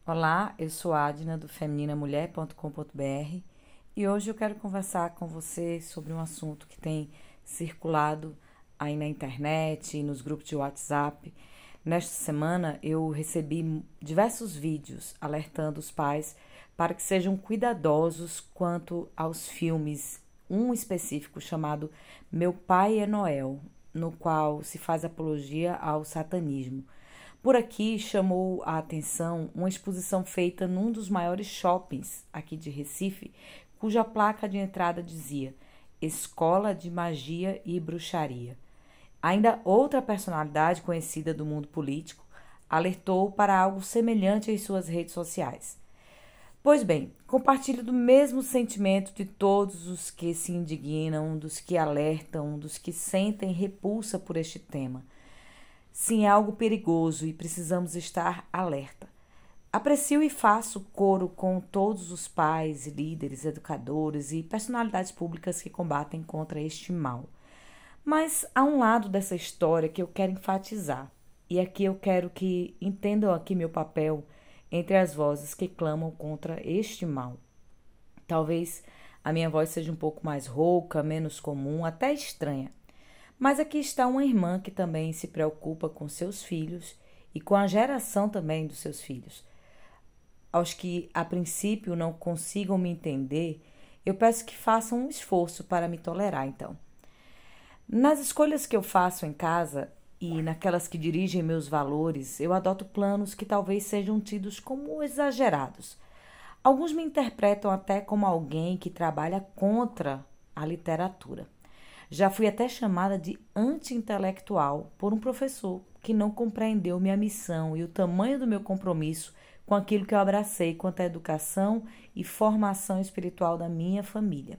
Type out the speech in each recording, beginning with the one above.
Olá, eu sou Adna do femininamulher.com.br e hoje eu quero conversar com você sobre um assunto que tem circulado aí na internet e nos grupos de WhatsApp. Nesta semana eu recebi diversos vídeos alertando os pais para que sejam cuidadosos quanto aos filmes, um específico chamado Meu Pai é Noel, no qual se faz apologia ao satanismo. Por aqui chamou a atenção uma exposição feita num dos maiores shoppings aqui de Recife, cuja placa de entrada dizia Escola de Magia e Bruxaria. Ainda outra personalidade conhecida do mundo político alertou para algo semelhante em suas redes sociais. Pois bem, compartilho do mesmo sentimento de todos os que se indignam, dos que alertam, dos que sentem repulsa por este tema. Sim, é algo perigoso e precisamos estar alerta. Aprecio e faço coro com todos os pais, líderes, educadores e personalidades públicas que combatem contra este mal. Mas há um lado dessa história que eu quero enfatizar. E aqui eu quero que entendam aqui meu papel entre as vozes que clamam contra este mal. Talvez a minha voz seja um pouco mais rouca, menos comum, até estranha. Mas aqui está uma irmã que também se preocupa com seus filhos e com a geração também dos seus filhos. Aos que, a princípio, não consigam me entender, eu peço que façam um esforço para me tolerar, então. Nas escolhas que eu faço em casa e naquelas que dirigem meus valores, eu adoto planos que talvez sejam tidos como exagerados. Alguns me interpretam até como alguém que trabalha contra a literatura. Já fui até chamada de anti-intelectual por um professor que não compreendeu minha missão e o tamanho do meu compromisso com aquilo que eu abracei quanto à educação e formação espiritual da minha família.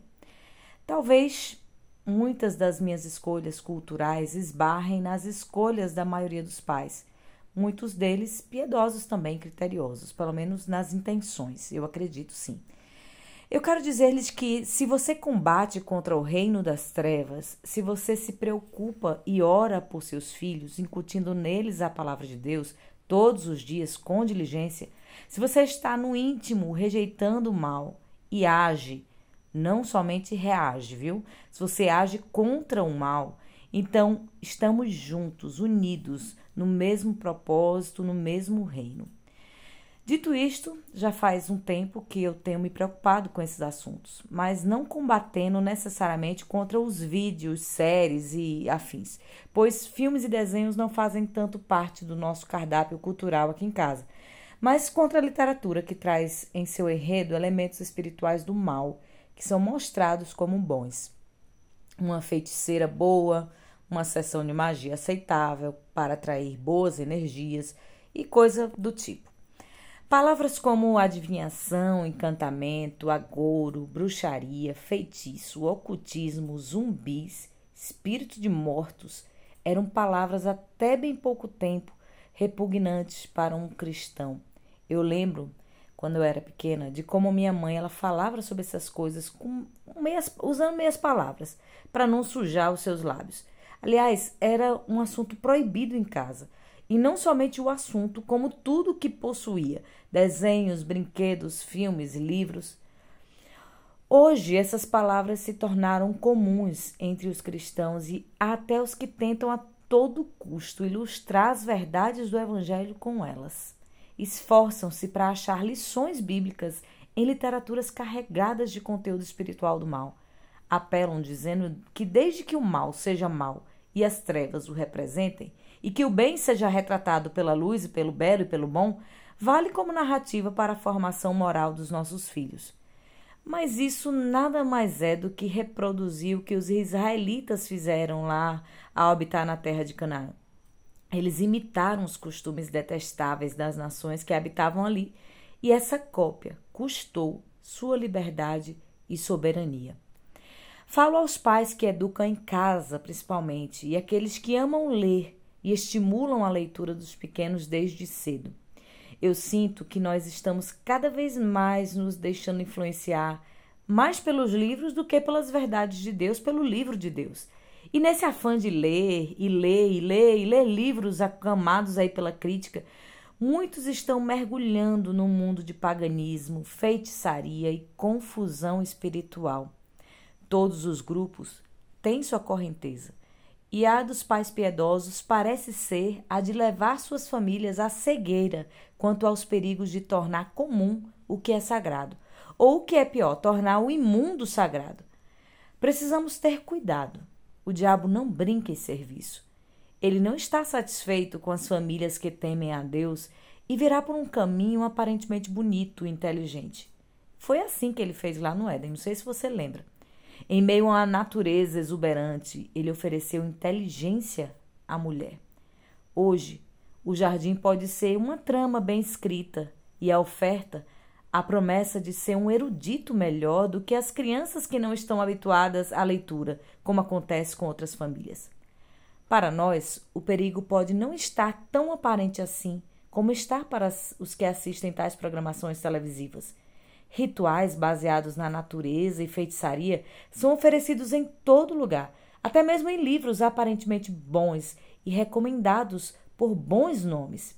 Talvez muitas das minhas escolhas culturais esbarrem nas escolhas da maioria dos pais, muitos deles piedosos também, criteriosos, pelo menos nas intenções, eu acredito sim. Eu quero dizer-lhes que se você combate contra o reino das trevas, se você se preocupa e ora por seus filhos, incutindo neles a palavra de Deus todos os dias com diligência, se você está no íntimo rejeitando o mal e age, não somente reage, viu? Se você age contra o mal, então estamos juntos, unidos, no mesmo propósito, no mesmo reino. Dito isto, já faz um tempo que eu tenho me preocupado com esses assuntos, mas não combatendo necessariamente contra os vídeos, séries e afins, pois filmes e desenhos não fazem tanto parte do nosso cardápio cultural aqui em casa, mas contra a literatura que traz em seu enredo elementos espirituais do mal, que são mostrados como bons. Uma feiticeira boa, uma sessão de magia aceitável para atrair boas energias e coisa do tipo. Palavras como adivinhação, encantamento, agouro, bruxaria, feitiço, ocultismo, zumbis, espírito de mortos eram palavras até bem pouco tempo repugnantes para um cristão. Eu lembro, quando eu era pequena, de como minha mãe ela falava sobre essas coisas usando meias palavras para não sujar os seus lábios. Aliás, era um assunto proibido em casa. E não somente o assunto, como tudo que possuía, desenhos, brinquedos, filmes, livros. Hoje, essas palavras se tornaram comuns entre os cristãos e até os que tentam a todo custo ilustrar as verdades do Evangelho com elas. Esforçam-se para achar lições bíblicas em literaturas carregadas de conteúdo espiritual do mal. Apelam dizendo que desde que o mal seja mal e as trevas o representem, e que o bem seja retratado pela luz e pelo belo e pelo bom, vale como narrativa para a formação moral dos nossos filhos. Mas isso nada mais é do que reproduzir o que os israelitas fizeram lá ao habitar na terra de Canaã. Eles imitaram os costumes detestáveis das nações que habitavam ali, e essa cópia custou sua liberdade e soberania. Falo aos pais que educam em casa, principalmente, e aqueles que amam ler e estimulam a leitura dos pequenos desde cedo. Eu sinto que nós estamos cada vez mais nos deixando influenciar mais pelos livros do que pelas verdades de Deus, pelo livro de Deus. E nesse afã de ler, e ler, e ler, e ler livros aclamados aí pela crítica, Muitos estão mergulhando no mundo de paganismo, feitiçaria e confusão espiritual. Todos os grupos têm sua correnteza, e a dos pais piedosos parece ser a de levar suas famílias à cegueira quanto aos perigos de tornar comum o que é sagrado, ou o que é pior, tornar o imundo sagrado. Precisamos ter cuidado. O diabo não brinca em serviço. Ele não está satisfeito com as famílias que temem a Deus e virá por um caminho aparentemente bonito e inteligente. Foi assim que ele fez lá no Éden, não sei se você lembra. Em meio a uma natureza exuberante, ele ofereceu inteligência à mulher. Hoje, o jardim pode ser uma trama bem escrita e a oferta, a promessa de ser um erudito melhor do que as crianças que não estão habituadas à leitura, como acontece com outras famílias. Para nós, o perigo pode não estar tão aparente assim, como está para os que assistem tais programações televisivas. Rituais baseados na natureza e feitiçaria são oferecidos em todo lugar, até mesmo em livros aparentemente bons e recomendados por bons nomes.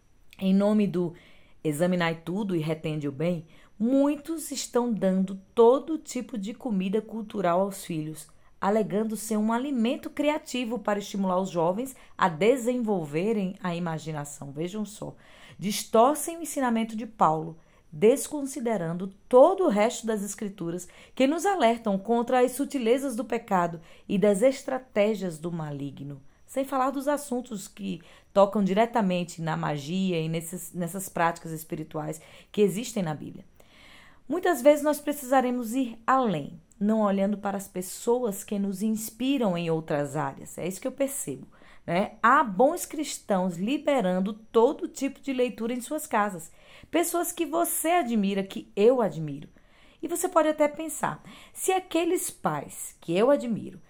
Em nome do examinai tudo e retende o bem, muitos estão dando todo tipo de comida cultural aos filhos, alegando ser um alimento criativo para estimular os jovens a desenvolverem a imaginação. Vejam só, distorcem o ensinamento de Paulo, desconsiderando todo o resto das escrituras que nos alertam contra as sutilezas do pecado e das estratégias do maligno, sem falar dos assuntos que tocam diretamente na magia e nessas práticas espirituais que existem na Bíblia. Muitas vezes nós precisaremos ir além, não olhando para as pessoas que nos inspiram em outras áreas. É isso que eu percebo, né? Há bons cristãos liberando todo tipo de leitura em suas casas. Pessoas que você admira, que eu admiro. E você pode até pensar, se aqueles pais que eu admiro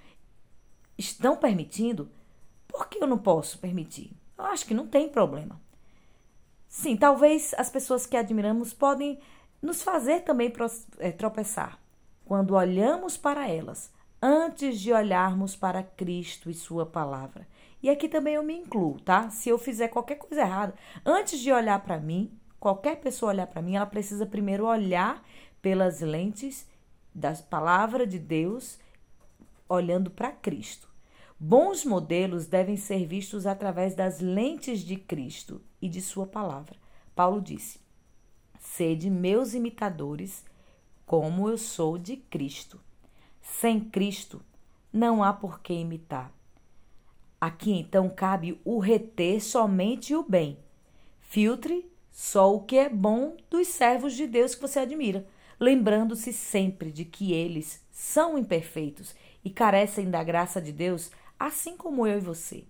estão permitindo, por que eu não posso permitir? Eu acho que não tem problema. Sim, talvez as pessoas que admiramos podem nos fazer também tropeçar quando olhamos para elas, antes de olharmos para Cristo e sua palavra. E aqui também eu me incluo, tá? Se eu fizer qualquer coisa errada, antes de olhar para mim, qualquer pessoa olhar para mim, ela precisa primeiro olhar pelas lentes da palavra de Deus, olhando para Cristo. Bons modelos devem ser vistos através das lentes de Cristo e de sua palavra. Paulo disse: sede meus imitadores, como eu sou de Cristo. Sem Cristo, não há por que imitar. Aqui, então, cabe o reter somente o bem. Filtre só o que é bom dos servos de Deus que você admira, lembrando-se sempre de que eles são imperfeitos e carecem da graça de Deus, assim como eu e você.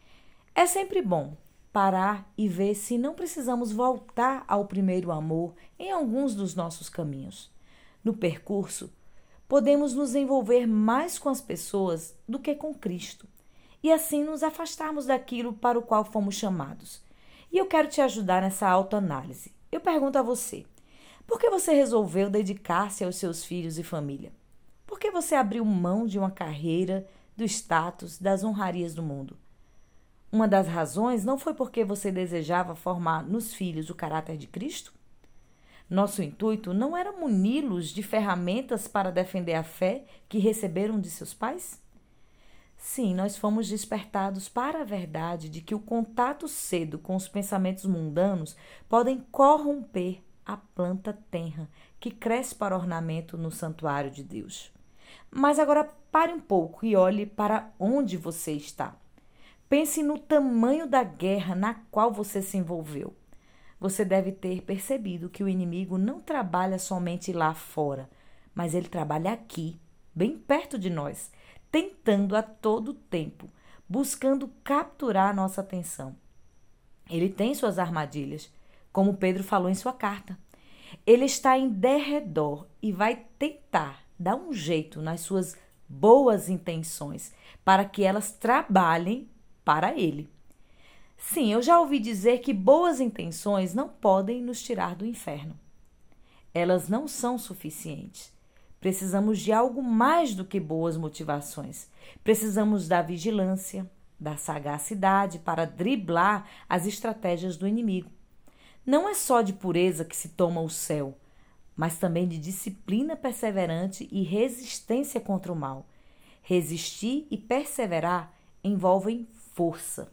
É sempre bom parar e ver se não precisamos voltar ao primeiro amor em alguns dos nossos caminhos. No percurso, podemos nos envolver mais com as pessoas do que com Cristo e assim nos afastarmos daquilo para o qual fomos chamados. E eu quero te ajudar nessa autoanálise. Eu pergunto a você, por que você resolveu dedicar-se aos seus filhos e família? Por que você abriu mão de uma carreira, do status, das honrarias do mundo? Uma das razões não foi porque você desejava formar nos filhos o caráter de Cristo? Nosso intuito não era muni-los de ferramentas para defender a fé que receberam de seus pais? Sim, nós fomos despertados para a verdade de que o contato cedo com os pensamentos mundanos podem corromper a planta tenra que cresce para ornamento no santuário de Deus. Mas agora pare um pouco e olhe para onde você está. Pense no tamanho da guerra na qual você se envolveu. Você deve ter percebido que o inimigo não trabalha somente lá fora, mas ele trabalha aqui, bem perto de nós, tentando a todo tempo, buscando capturar nossa atenção. Ele tem suas armadilhas, como Pedro falou em sua carta. Ele está em derredor e vai tentar dar um jeito nas suas boas intenções para que elas trabalhem para ele. Sim, eu já ouvi dizer que boas intenções não podem nos tirar do inferno. Elas não são suficientes. Precisamos de algo mais do que boas motivações. Precisamos da vigilância, da sagacidade para driblar as estratégias do inimigo. Não é só de pureza que se toma o céu, mas também de disciplina perseverante e resistência contra o mal. Resistir e perseverar envolvem força.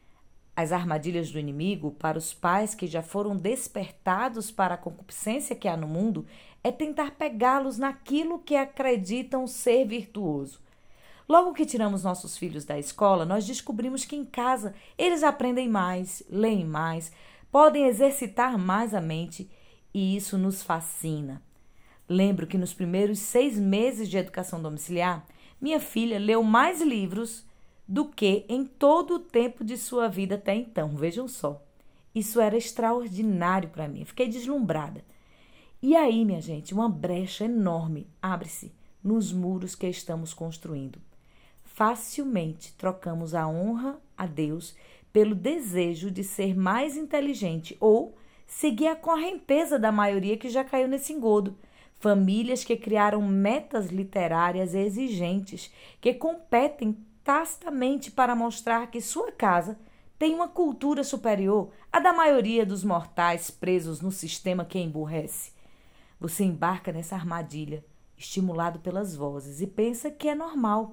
As armadilhas do inimigo, para os pais que já foram despertados para a concupiscência que há no mundo, é tentar pegá-los naquilo que acreditam ser virtuoso. Logo que tiramos nossos filhos da escola, nós descobrimos que em casa eles aprendem mais, leem mais, podem exercitar mais a mente e isso nos fascina. Lembro que nos primeiros 6 meses de educação domiciliar, minha filha leu mais livros do que em todo o tempo de sua vida até então. Vejam só. Isso era extraordinário para mim. Fiquei deslumbrada. E aí, minha gente, uma brecha enorme abre-se nos muros que estamos construindo. Facilmente trocamos a honra a Deus pelo desejo de ser mais inteligente ou seguir a correnteza da maioria que já caiu nesse engodo. Famílias que criaram metas literárias exigentes, que competem tacitamente para mostrar que sua casa tem uma cultura superior à da maioria dos mortais presos no sistema que emburrece. Você embarca nessa armadilha, estimulado pelas vozes, e pensa que é normal.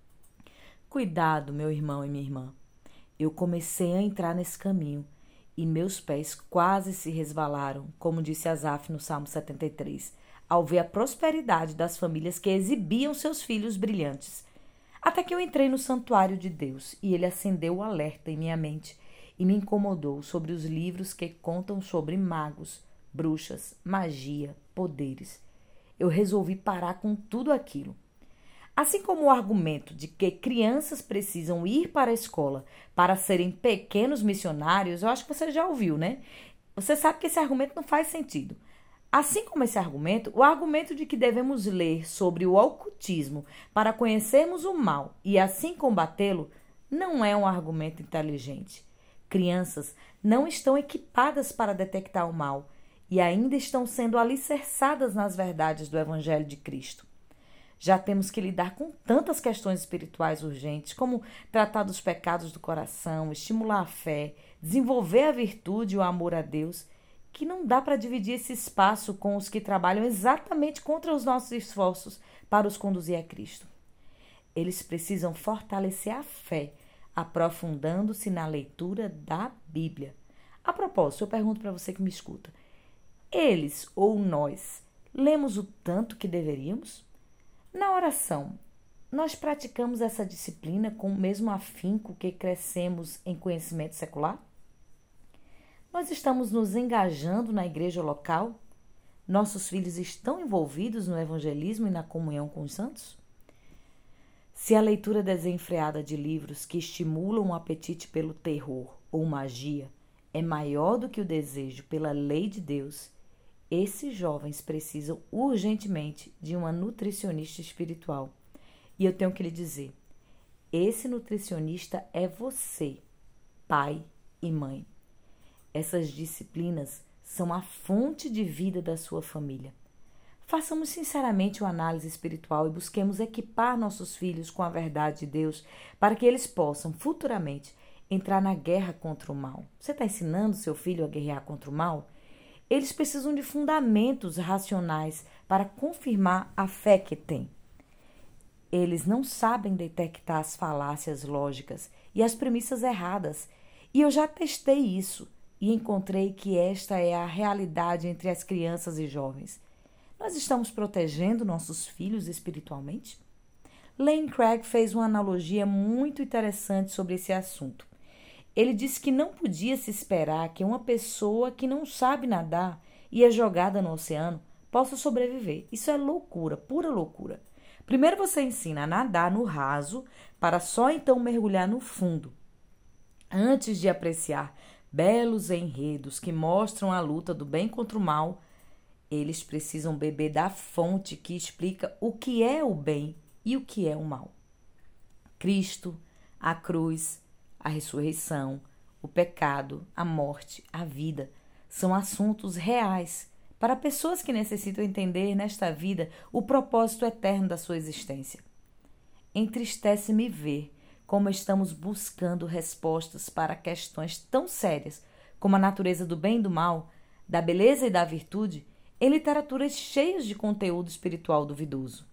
Cuidado, meu irmão e minha irmã. Eu comecei a entrar nesse caminho e meus pés quase se resvalaram, como disse Asaf no Salmo 73, ao ver a prosperidade das famílias que exibiam seus filhos brilhantes. Até que eu entrei no santuário de Deus e ele acendeu o alerta em minha mente e me incomodou sobre os livros que contam sobre magos, bruxas, magia, poderes. Eu resolvi parar com tudo aquilo. Assim como o argumento de que crianças precisam ir para a escola para serem pequenos missionários, eu acho que você já ouviu, né? Você sabe que esse argumento não faz sentido. Assim como esse argumento, o argumento de que devemos ler sobre o ocultismo para conhecermos o mal e assim combatê-lo não é um argumento inteligente. Crianças não estão equipadas para detectar o mal e ainda estão sendo alicerçadas nas verdades do Evangelho de Cristo. Já temos que lidar com tantas questões espirituais urgentes, como tratar dos pecados do coração, estimular a fé, desenvolver a virtude e o amor a Deus, que não dá para dividir esse espaço com os que trabalham exatamente contra os nossos esforços para os conduzir a Cristo. Eles precisam fortalecer a fé, aprofundando-se na leitura da Bíblia. A propósito, eu pergunto para você que me escuta, eles ou nós lemos o tanto que deveríamos? Na oração, nós praticamos essa disciplina com o mesmo afinco que crescemos em conhecimento secular? Nós estamos nos engajando na igreja local? Nossos filhos estão envolvidos no evangelismo e na comunhão com os santos? Se a leitura desenfreada de livros que estimulam o apetite pelo terror ou magia é maior do que o desejo pela lei de Deus, esses jovens precisam urgentemente de uma nutricionista espiritual. E eu tenho que lhe dizer, esse nutricionista é você, pai e mãe. Essas disciplinas são a fonte de vida da sua família. Façamos sinceramente uma análise espiritual e busquemos equipar nossos filhos com a verdade de Deus para que eles possam, futuramente, entrar na guerra contra o mal. Você está ensinando seu filho a guerrear contra o mal? Eles precisam de fundamentos racionais para confirmar a fé que têm. Eles não sabem detectar as falácias lógicas e as premissas erradas. E eu já testei isso e encontrei que esta é a realidade entre as crianças e jovens. Nós estamos protegendo nossos filhos espiritualmente? Lane Craig fez uma analogia muito interessante sobre esse assunto. Ele disse que não podia se esperar que uma pessoa que não sabe nadar e é jogada no oceano possa sobreviver. Isso é loucura, pura loucura. Primeiro você ensina a nadar no raso para só então mergulhar no fundo. Antes de apreciar belos enredos que mostram a luta do bem contra o mal, eles precisam beber da fonte que explica o que é o bem e o que é o mal. Cristo, a cruz, a ressurreição, o pecado, a morte, a vida são assuntos reais para pessoas que necessitam entender nesta vida o propósito eterno da sua existência. Entristece-me ver como estamos buscando respostas para questões tão sérias como a natureza do bem e do mal, da beleza e da virtude, em literaturas cheias de conteúdo espiritual duvidoso.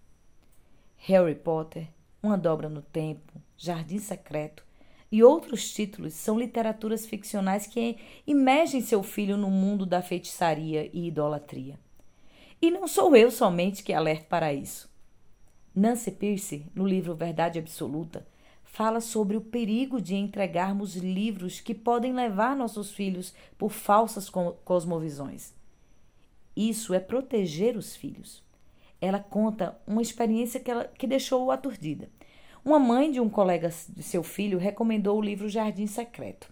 Harry Potter, Uma Dobra no Tempo, Jardim Secreto e outros títulos são literaturas ficcionais que imergem seu filho no mundo da feitiçaria e idolatria. E não sou eu somente que alerto para isso. Nancy Pearcey, no livro Verdade Absoluta, fala sobre o perigo de entregarmos livros que podem levar nossos filhos por falsas cosmovisões. Isso é proteger os filhos. Ela conta uma experiência que deixou-o aturdida. Uma mãe de um colega de seu filho recomendou o livro Jardim Secreto.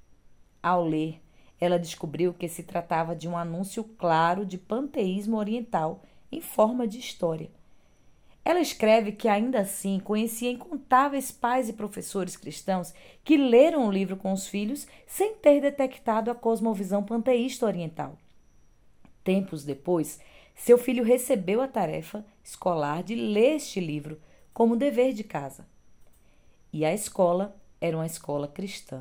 Ao ler, ela descobriu que se tratava de um anúncio claro de panteísmo oriental em forma de história. Ela escreve que, ainda assim, conhecia incontáveis pais e professores cristãos que leram o livro com os filhos sem ter detectado a cosmovisão panteísta oriental. Tempos depois, seu filho recebeu a tarefa escolar de ler este livro como dever de casa. E a escola era uma escola cristã.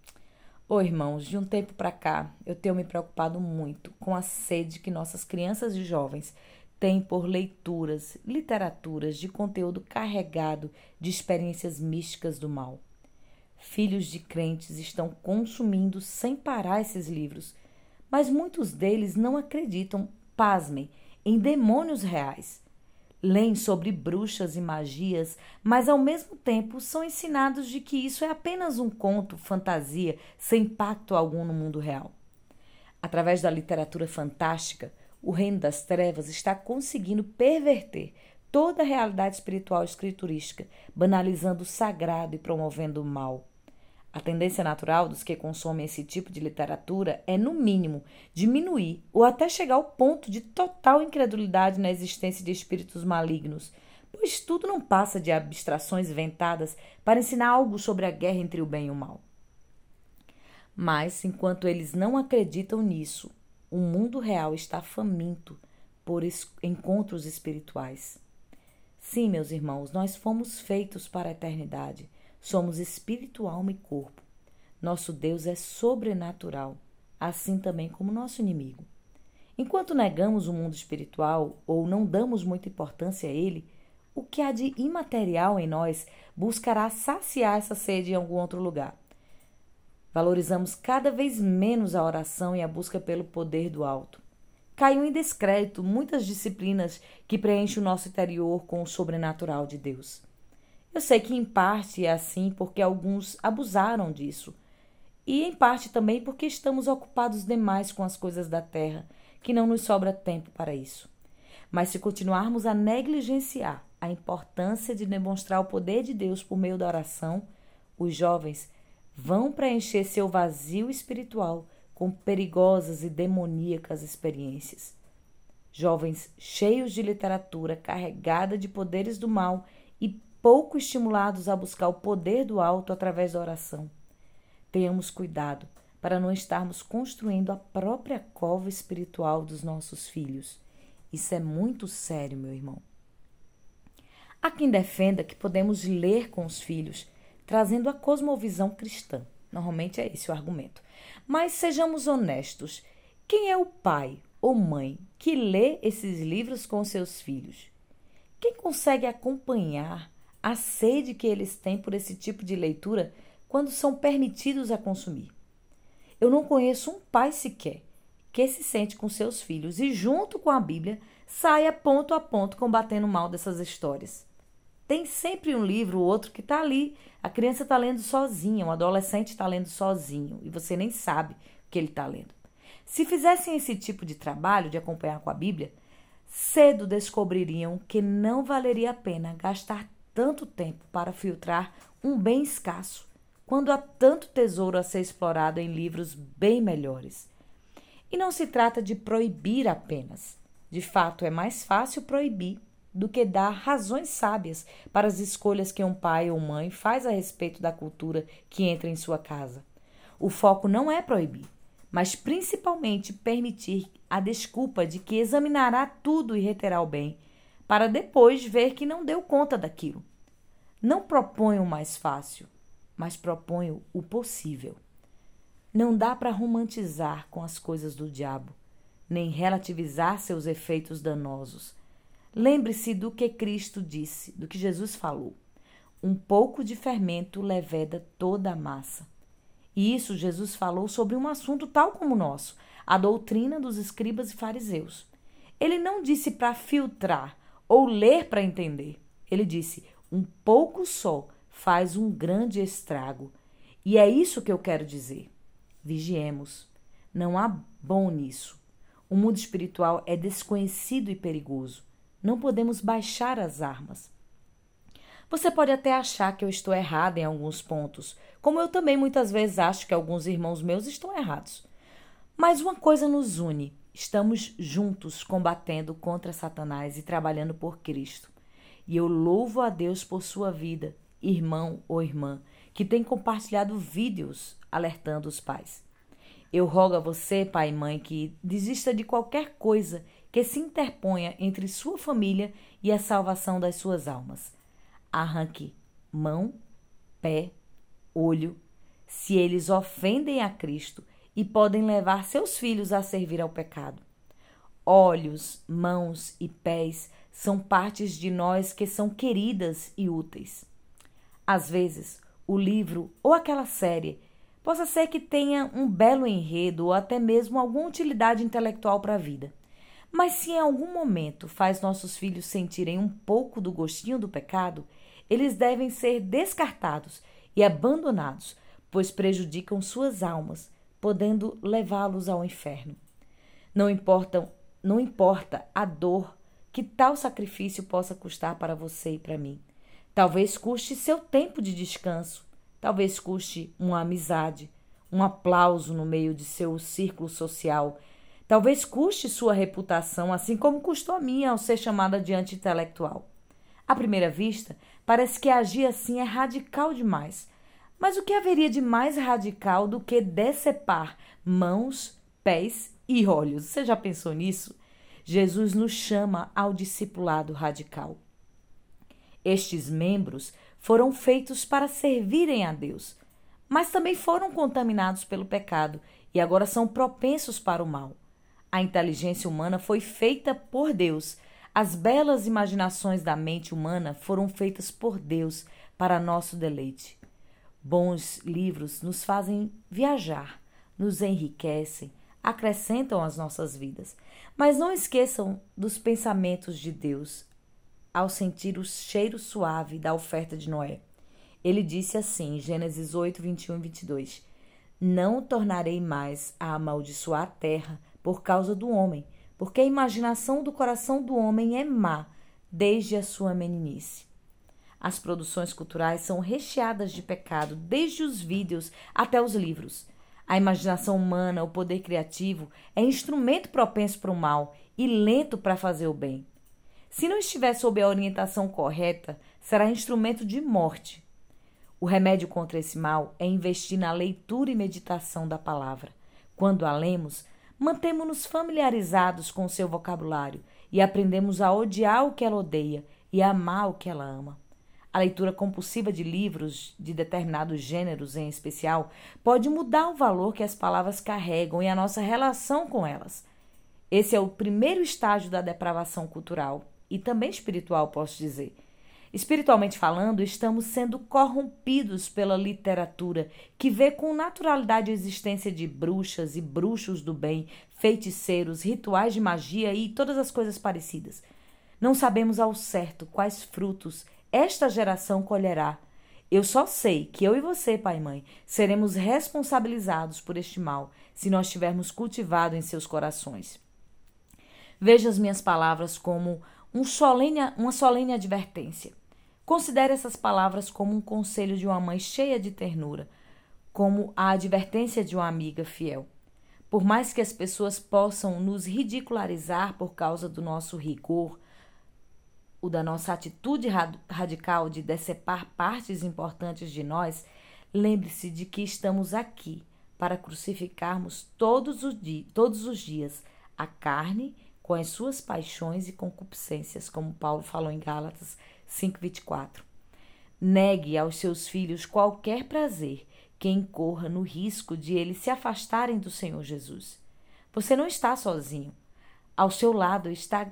Irmãos, de um tempo para cá, eu tenho me preocupado muito com a sede que nossas crianças e jovens têm por leituras, literaturas de conteúdo carregado de experiências místicas do mal. Filhos de crentes estão consumindo sem parar esses livros, mas muitos deles não acreditam, pasmem, em demônios reais. Leem sobre bruxas e magias, mas ao mesmo tempo são ensinados de que isso é apenas um conto, fantasia, sem impacto algum no mundo real. Através da literatura fantástica, o reino das trevas está conseguindo perverter toda a realidade espiritual escriturística, banalizando o sagrado e promovendo o mal. A tendência natural dos que consomem esse tipo de literatura é, no mínimo, diminuir ou até chegar ao ponto de total incredulidade na existência de espíritos malignos, pois tudo não passa de abstrações inventadas para ensinar algo sobre a guerra entre o bem e o mal. Mas, enquanto eles não acreditam nisso, o mundo real está faminto por encontros espirituais. Sim, meus irmãos, nós fomos feitos para a eternidade. Somos espírito, alma e corpo. Nosso Deus é sobrenatural, assim também como nosso inimigo. Enquanto negamos o mundo espiritual ou não damos muita importância a ele, o que há de imaterial em nós buscará saciar essa sede em algum outro lugar. Valorizamos cada vez menos a oração e a busca pelo poder do alto. Caiu em descrédito muitas disciplinas que preenchem o nosso interior com o sobrenatural de Deus. Eu sei que em parte é assim porque alguns abusaram disso, e em parte também porque estamos ocupados demais com as coisas da terra, que não nos sobra tempo para isso. Mas se continuarmos a negligenciar a importância de demonstrar o poder de Deus por meio da oração, os jovens vão preencher seu vazio espiritual com perigosas e demoníacas experiências. Jovens cheios de literatura carregada de poderes do mal e pouco estimulados a buscar o poder do alto através da oração. Tenhamos cuidado para não estarmos construindo a própria cova espiritual dos nossos filhos. Isso é muito sério, meu irmão. Há quem defenda que podemos ler com os filhos, trazendo a cosmovisão cristã. Normalmente é esse o argumento. Mas sejamos honestos, quem é o pai ou mãe que lê esses livros com seus filhos? Quem consegue acompanhar a sede que eles têm por esse tipo de leitura quando são permitidos a consumir? Eu não conheço um pai sequer que se sente com seus filhos e, junto com a Bíblia, saia ponto a ponto combatendo o mal dessas histórias. Tem sempre um livro ou outro que está ali. A criança está lendo sozinha, um adolescente está lendo sozinho e você nem sabe o que ele está lendo. Se fizessem esse tipo de trabalho de acompanhar com a Bíblia, cedo descobririam que não valeria a pena gastar tanto tempo para filtrar um bem escasso, quando há tanto tesouro a ser explorado em livros bem melhores. E não se trata de proibir apenas. De fato, é mais fácil proibir do que dar razões sábias para as escolhas que um pai ou mãe faz a respeito da cultura que entra em sua casa. O foco não é proibir, mas principalmente permitir a desculpa de que examinará tudo e reterá o bem, para depois ver que não deu conta daquilo. Não proponho o mais fácil, mas proponho o possível. Não dá para romantizar com as coisas do diabo, nem relativizar seus efeitos danosos. Lembre-se do que Cristo disse, do que Jesus falou. Um pouco de fermento leveda toda a massa. E isso Jesus falou sobre um assunto tal como o nosso, a doutrina dos escribas e fariseus. Ele não disse para filtrar ou ler para entender. Ele disse, um pouco só faz um grande estrago. E é isso que eu quero dizer. Vigiemos. Não há bom nisso. O mundo espiritual é desconhecido e perigoso. Não podemos baixar as armas. Você pode até achar que eu estou errada em alguns pontos, como eu também muitas vezes acho que alguns irmãos meus estão errados. Mas uma coisa nos une: estamos juntos combatendo contra Satanás e trabalhando por Cristo. E eu louvo a Deus por sua vida, irmão ou irmã, que tem compartilhado vídeos alertando os pais. Eu rogo a você, pai e mãe, que desista de qualquer coisa que se interponha entre sua família e a salvação das suas almas. Arranque mão, pé, olho, se eles ofendem a Cristo e podem levar seus filhos a servir ao pecado. Olhos, mãos e pés são partes de nós que são queridas e úteis. Às vezes, o livro ou aquela série possa ser que tenha um belo enredo ou até mesmo alguma utilidade intelectual para a vida. Mas se em algum momento faz nossos filhos sentirem um pouco do gostinho do pecado, eles devem ser descartados e abandonados, pois prejudicam suas almas, podendo levá-los ao inferno. Não importa a dor que tal sacrifício possa custar para você e para mim. Talvez custe seu tempo de descanso, talvez custe uma amizade, um aplauso no meio de seu círculo social, talvez custe sua reputação, assim como custou a minha ao ser chamada de anti-intelectual. À primeira vista, parece que agir assim é radical demais. Mas o que haveria de mais radical do que decepar mãos, pés e olhos? Você já pensou nisso? Jesus nos chama ao discipulado radical. Estes membros foram feitos para servirem a Deus, mas também foram contaminados pelo pecado e agora são propensos para o mal. A inteligência humana foi feita por Deus. As belas imaginações da mente humana foram feitas por Deus para nosso deleite. Bons livros nos fazem viajar, nos enriquecem, acrescentam às nossas vidas. Mas não esqueçam dos pensamentos de Deus ao sentir o cheiro suave da oferta de Noé. Ele disse assim, em Gênesis 8, 21 e 22, Não tornarei mais a amaldiçoar a terra por causa do homem, porque a imaginação do coração do homem é má desde a sua meninice. As produções culturais são recheadas de pecado, desde os vídeos até os livros. A imaginação humana, o poder criativo, é instrumento propenso para o mal e lento para fazer o bem. Se não estiver sob a orientação correta, será instrumento de morte. O remédio contra esse mal é investir na leitura e meditação da palavra. Quando a lemos, mantemos-nos familiarizados com o seu vocabulário e aprendemos a odiar o que ela odeia e a amar o que ela ama. A leitura compulsiva de livros de determinados gêneros, em especial, pode mudar o valor que as palavras carregam e a nossa relação com elas. Esse é o primeiro estágio da depravação cultural e também espiritual, posso dizer. Espiritualmente falando, estamos sendo corrompidos pela literatura, que vê com naturalidade a existência de bruxas e bruxos do bem, feiticeiros, rituais de magia e todas as coisas parecidas. Não sabemos ao certo quais frutos esta geração colherá. Eu só sei que eu e você, pai e mãe, seremos responsabilizados por este mal, se nós tivermos cultivado em seus corações. Veja as minhas palavras como uma solene advertência. Considere essas palavras como um conselho de uma mãe cheia de ternura, como a advertência de uma amiga fiel. Por mais que as pessoas possam nos ridicularizar por causa do nosso rigor, ou da nossa atitude radical de decepar partes importantes de nós, lembre-se de que estamos aqui para crucificarmos todos os dias a carne com as suas paixões e concupiscências, como Paulo falou em Gálatas 5:24. Negue aos seus filhos qualquer prazer que incorra no risco de eles se afastarem do Senhor Jesus. Você não está sozinho. Ao seu lado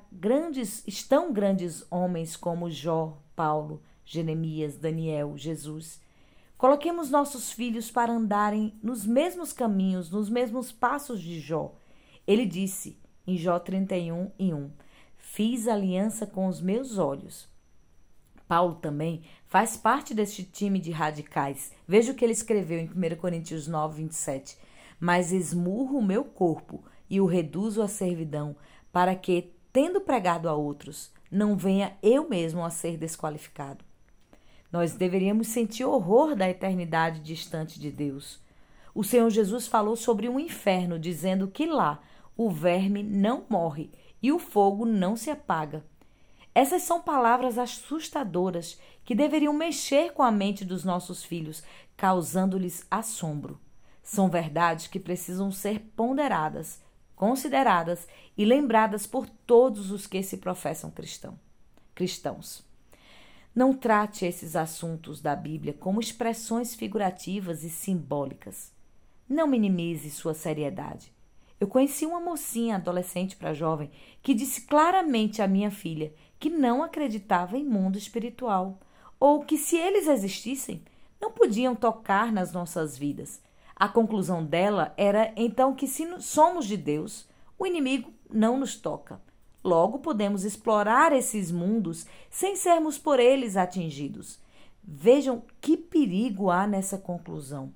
estão grandes homens como Jó, Paulo, Jeremias, Daniel, Jesus. Coloquemos nossos filhos para andarem nos mesmos caminhos, nos mesmos passos de Jó. Ele disse em Jó 31:1, fiz aliança com os meus olhos. Paulo também faz parte deste time de radicais. Veja o que ele escreveu em 1 Coríntios 9:27. Mas esmurro o meu corpo e o reduzo à servidão, para que, tendo pregado a outros, não venha eu mesmo a ser desqualificado. Nós deveríamos sentir horror da eternidade distante de Deus. O Senhor Jesus falou sobre um inferno, dizendo que lá o verme não morre e o fogo não se apaga. Essas são palavras assustadoras que deveriam mexer com a mente dos nossos filhos, causando-lhes assombro. São verdades que precisam ser ponderadas, consideradas e lembradas por todos os que se professam cristãos. Não trate esses assuntos da Bíblia como expressões figurativas e simbólicas. Não minimize sua seriedade. Eu conheci uma mocinha, adolescente para jovem, que disse claramente à minha filha que não acreditava em mundo espiritual, ou que se eles existissem, não podiam tocar nas nossas vidas. A conclusão dela era então que se somos de Deus, o inimigo não nos toca. Logo podemos explorar esses mundos sem sermos por eles atingidos. Vejam que perigo há nessa conclusão.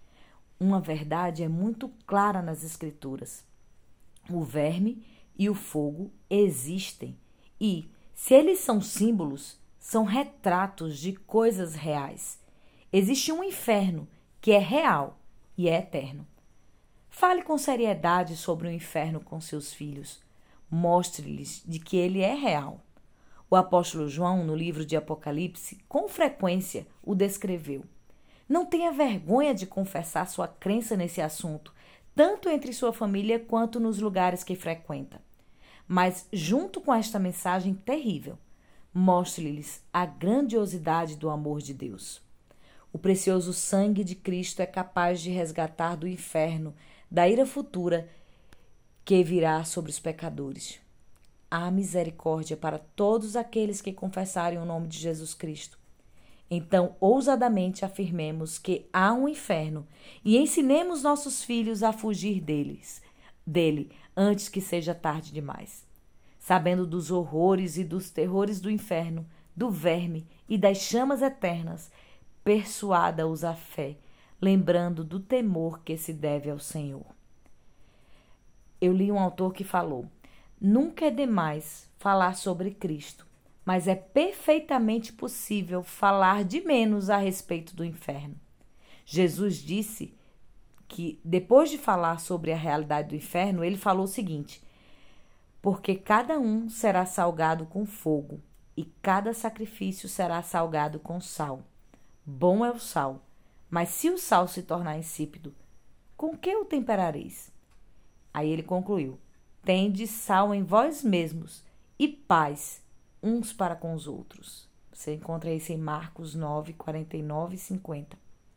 Uma verdade é muito clara nas Escrituras. O verme e o fogo existem e, se eles são símbolos, são retratos de coisas reais. Existe um inferno que é real e é eterno. Fale com seriedade sobre o inferno com seus filhos. Mostre-lhes de que ele é real. O apóstolo João, no livro de Apocalipse, com frequência o descreveu. Não tenha vergonha de confessar sua crença nesse assunto, tanto entre sua família quanto nos lugares que frequenta. Mas, junto com esta mensagem terrível, mostre-lhes a grandiosidade do amor de Deus. O precioso sangue de Cristo é capaz de resgatar do inferno, da ira futura que virá sobre os pecadores. Há misericórdia para todos aqueles que confessarem o nome de Jesus Cristo. Então, ousadamente afirmemos que há um inferno e ensinemos nossos filhos a fugir dele, antes que seja tarde demais. Sabendo dos horrores e dos terrores do inferno, do verme e das chamas eternas, persuada-os à fé, lembrando do temor que se deve ao Senhor. Eu li um autor que falou: nunca é demais falar sobre Cristo, mas é perfeitamente possível falar de menos a respeito do inferno. Jesus disse que, depois de falar sobre a realidade do inferno, ele falou o seguinte: porque cada um será salgado com fogo, e cada sacrifício será salgado com sal. Bom é o sal, mas se o sal se tornar insípido, com que o temperareis? Aí ele concluiu: tende sal em vós mesmos e paz uns para com os outros. Você encontra isso em Marcos 9, 49 e 50.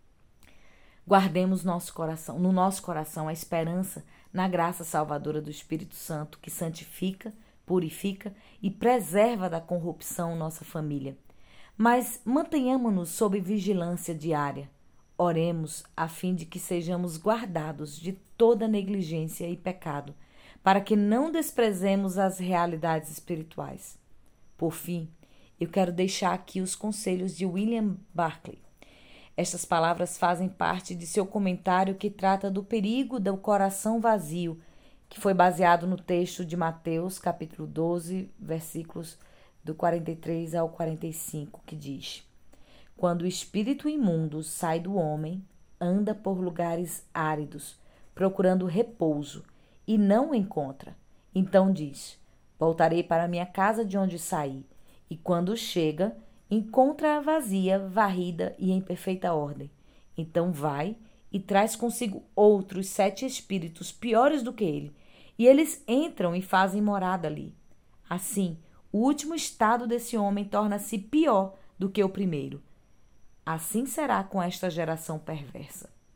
Guardemos no nosso coração a esperança na graça salvadora do Espírito Santo, que santifica, purifica e preserva da corrupção nossa família. Mas mantenhamo-nos sob vigilância diária. Oremos a fim de que sejamos guardados de toda negligência e pecado, para que não desprezemos as realidades espirituais. Por fim, eu quero deixar aqui os conselhos de William Barclay. Estas palavras fazem parte de seu comentário que trata do perigo do coração vazio, que foi baseado no texto de Mateus, capítulo 12, versículos do 43 ao 45, que diz: quando o espírito imundo sai do homem, anda por lugares áridos, procurando repouso, e não o encontra. Então diz: voltarei para minha casa de onde saí. E quando chega, encontra-a vazia, varrida e em perfeita ordem. Então vai e traz consigo outros 7 espíritos piores do que ele, e eles entram e fazem morada ali. Assim, o último estado desse homem torna-se pior do que o primeiro. Assim será com esta geração perversa.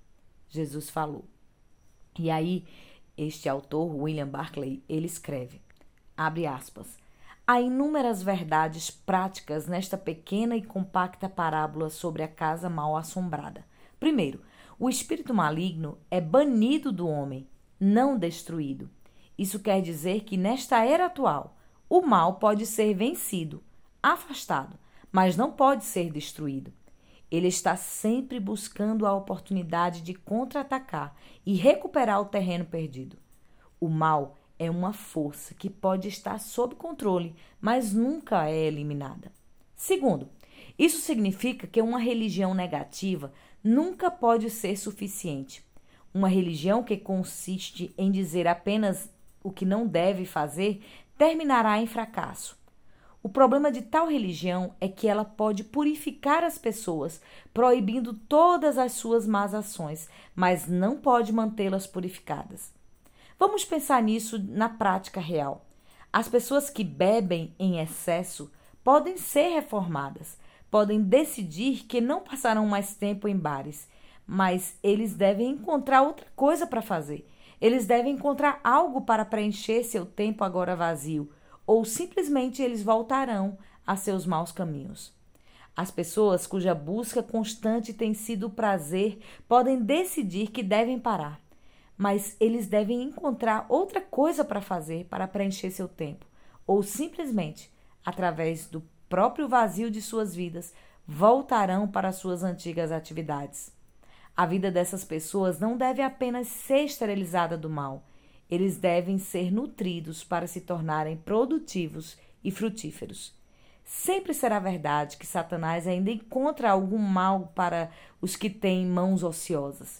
Jesus falou. E aí, este autor, William Barclay, ele escreve, abre aspas, há inúmeras verdades práticas nesta pequena e compacta parábola sobre a casa mal assombrada. Primeiro, o espírito maligno é banido do homem, não destruído. Isso quer dizer que nesta era atual, o mal pode ser vencido, afastado, mas não pode ser destruído. Ele está sempre buscando a oportunidade de contra-atacar e recuperar o terreno perdido. O mal é uma força que pode estar sob controle, mas nunca é eliminada. Segundo, isso significa que uma religião negativa nunca pode ser suficiente. Uma religião que consiste em dizer apenas o que não deve fazer terminará em fracasso. O problema de tal religião é que ela pode purificar as pessoas, proibindo todas as suas más ações, mas não pode mantê-las purificadas. Vamos pensar nisso na prática real. As pessoas que bebem em excesso podem ser reformadas, podem decidir que não passarão mais tempo em bares, mas eles devem encontrar outra coisa para fazer. Eles devem encontrar algo para preencher seu tempo agora vazio, ou simplesmente eles voltarão a seus maus caminhos. As pessoas cuja busca constante tem sido o prazer podem decidir que devem parar, mas eles devem encontrar outra coisa para fazer para preencher seu tempo, ou simplesmente, através do próprio vazio de suas vidas, voltarão para suas antigas atividades. A vida dessas pessoas não deve apenas ser esterilizada do mal. Eles devem ser nutridos para se tornarem produtivos e frutíferos. Sempre será verdade que Satanás ainda encontra algum mal para os que têm mãos ociosas.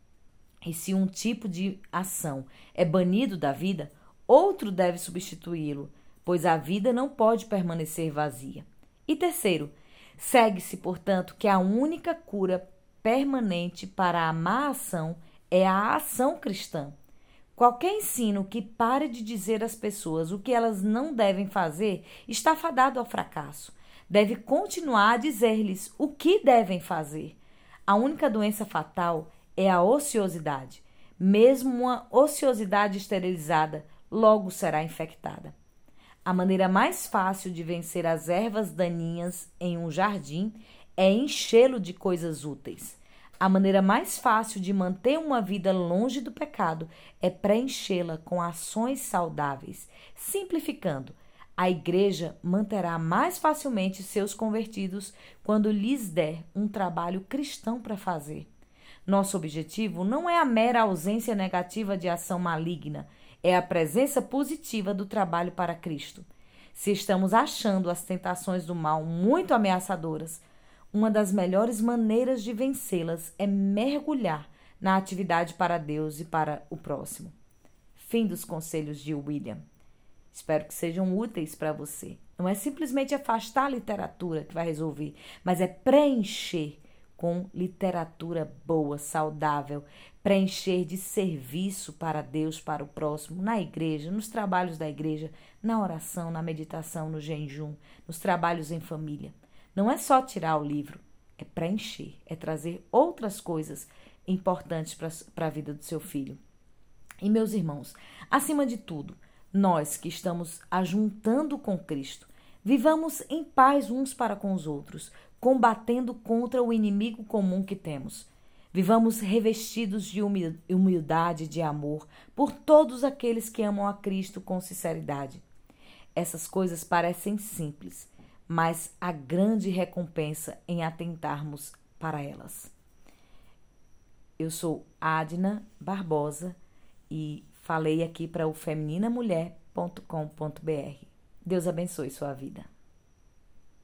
E se um tipo de ação é banido da vida, outro deve substituí-lo, pois a vida não pode permanecer vazia. E terceiro, segue-se, portanto, que a única cura permanente para a má ação é a ação cristã. Qualquer ensino que pare de dizer às pessoas o que elas não devem fazer está fadado ao fracasso. Deve continuar a dizer-lhes o que devem fazer. A única doença fatal é a ociosidade. Mesmo uma ociosidade esterilizada logo será infectada. A maneira mais fácil de vencer as ervas daninhas em um jardim é enchê-lo de coisas úteis. A maneira mais fácil de manter uma vida longe do pecado é preenchê-la com ações saudáveis. Simplificando, a igreja manterá mais facilmente seus convertidos quando lhes der um trabalho cristão para fazer. Nosso objetivo não é a mera ausência negativa de ação maligna, é a presença positiva do trabalho para Cristo. Se estamos achando as tentações do mal muito ameaçadoras, uma das melhores maneiras de vencê-las é mergulhar na atividade para Deus e para o próximo. Fim dos conselhos de William. Espero que sejam úteis para você. Não é simplesmente afastar a literatura que vai resolver, mas é preencher com literatura boa, saudável, preencher de serviço para Deus, para o próximo, na igreja, nos trabalhos da igreja, na oração, na meditação, no jejum, nos trabalhos em família. Não é só tirar o livro, é preencher, é trazer outras coisas importantes para a vida do seu filho. E, meus irmãos, acima de tudo, nós que estamos ajuntando com Cristo, vivamos em paz uns para com os outros, combatendo contra o inimigo comum que temos. Vivamos revestidos de humildade e de amor por todos aqueles que amam a Cristo com sinceridade. Essas coisas parecem simples, mas há grande recompensa em atentarmos para elas. Eu sou Adna Barbosa e falei aqui para o femininaMulher.com.br. Deus abençoe sua vida.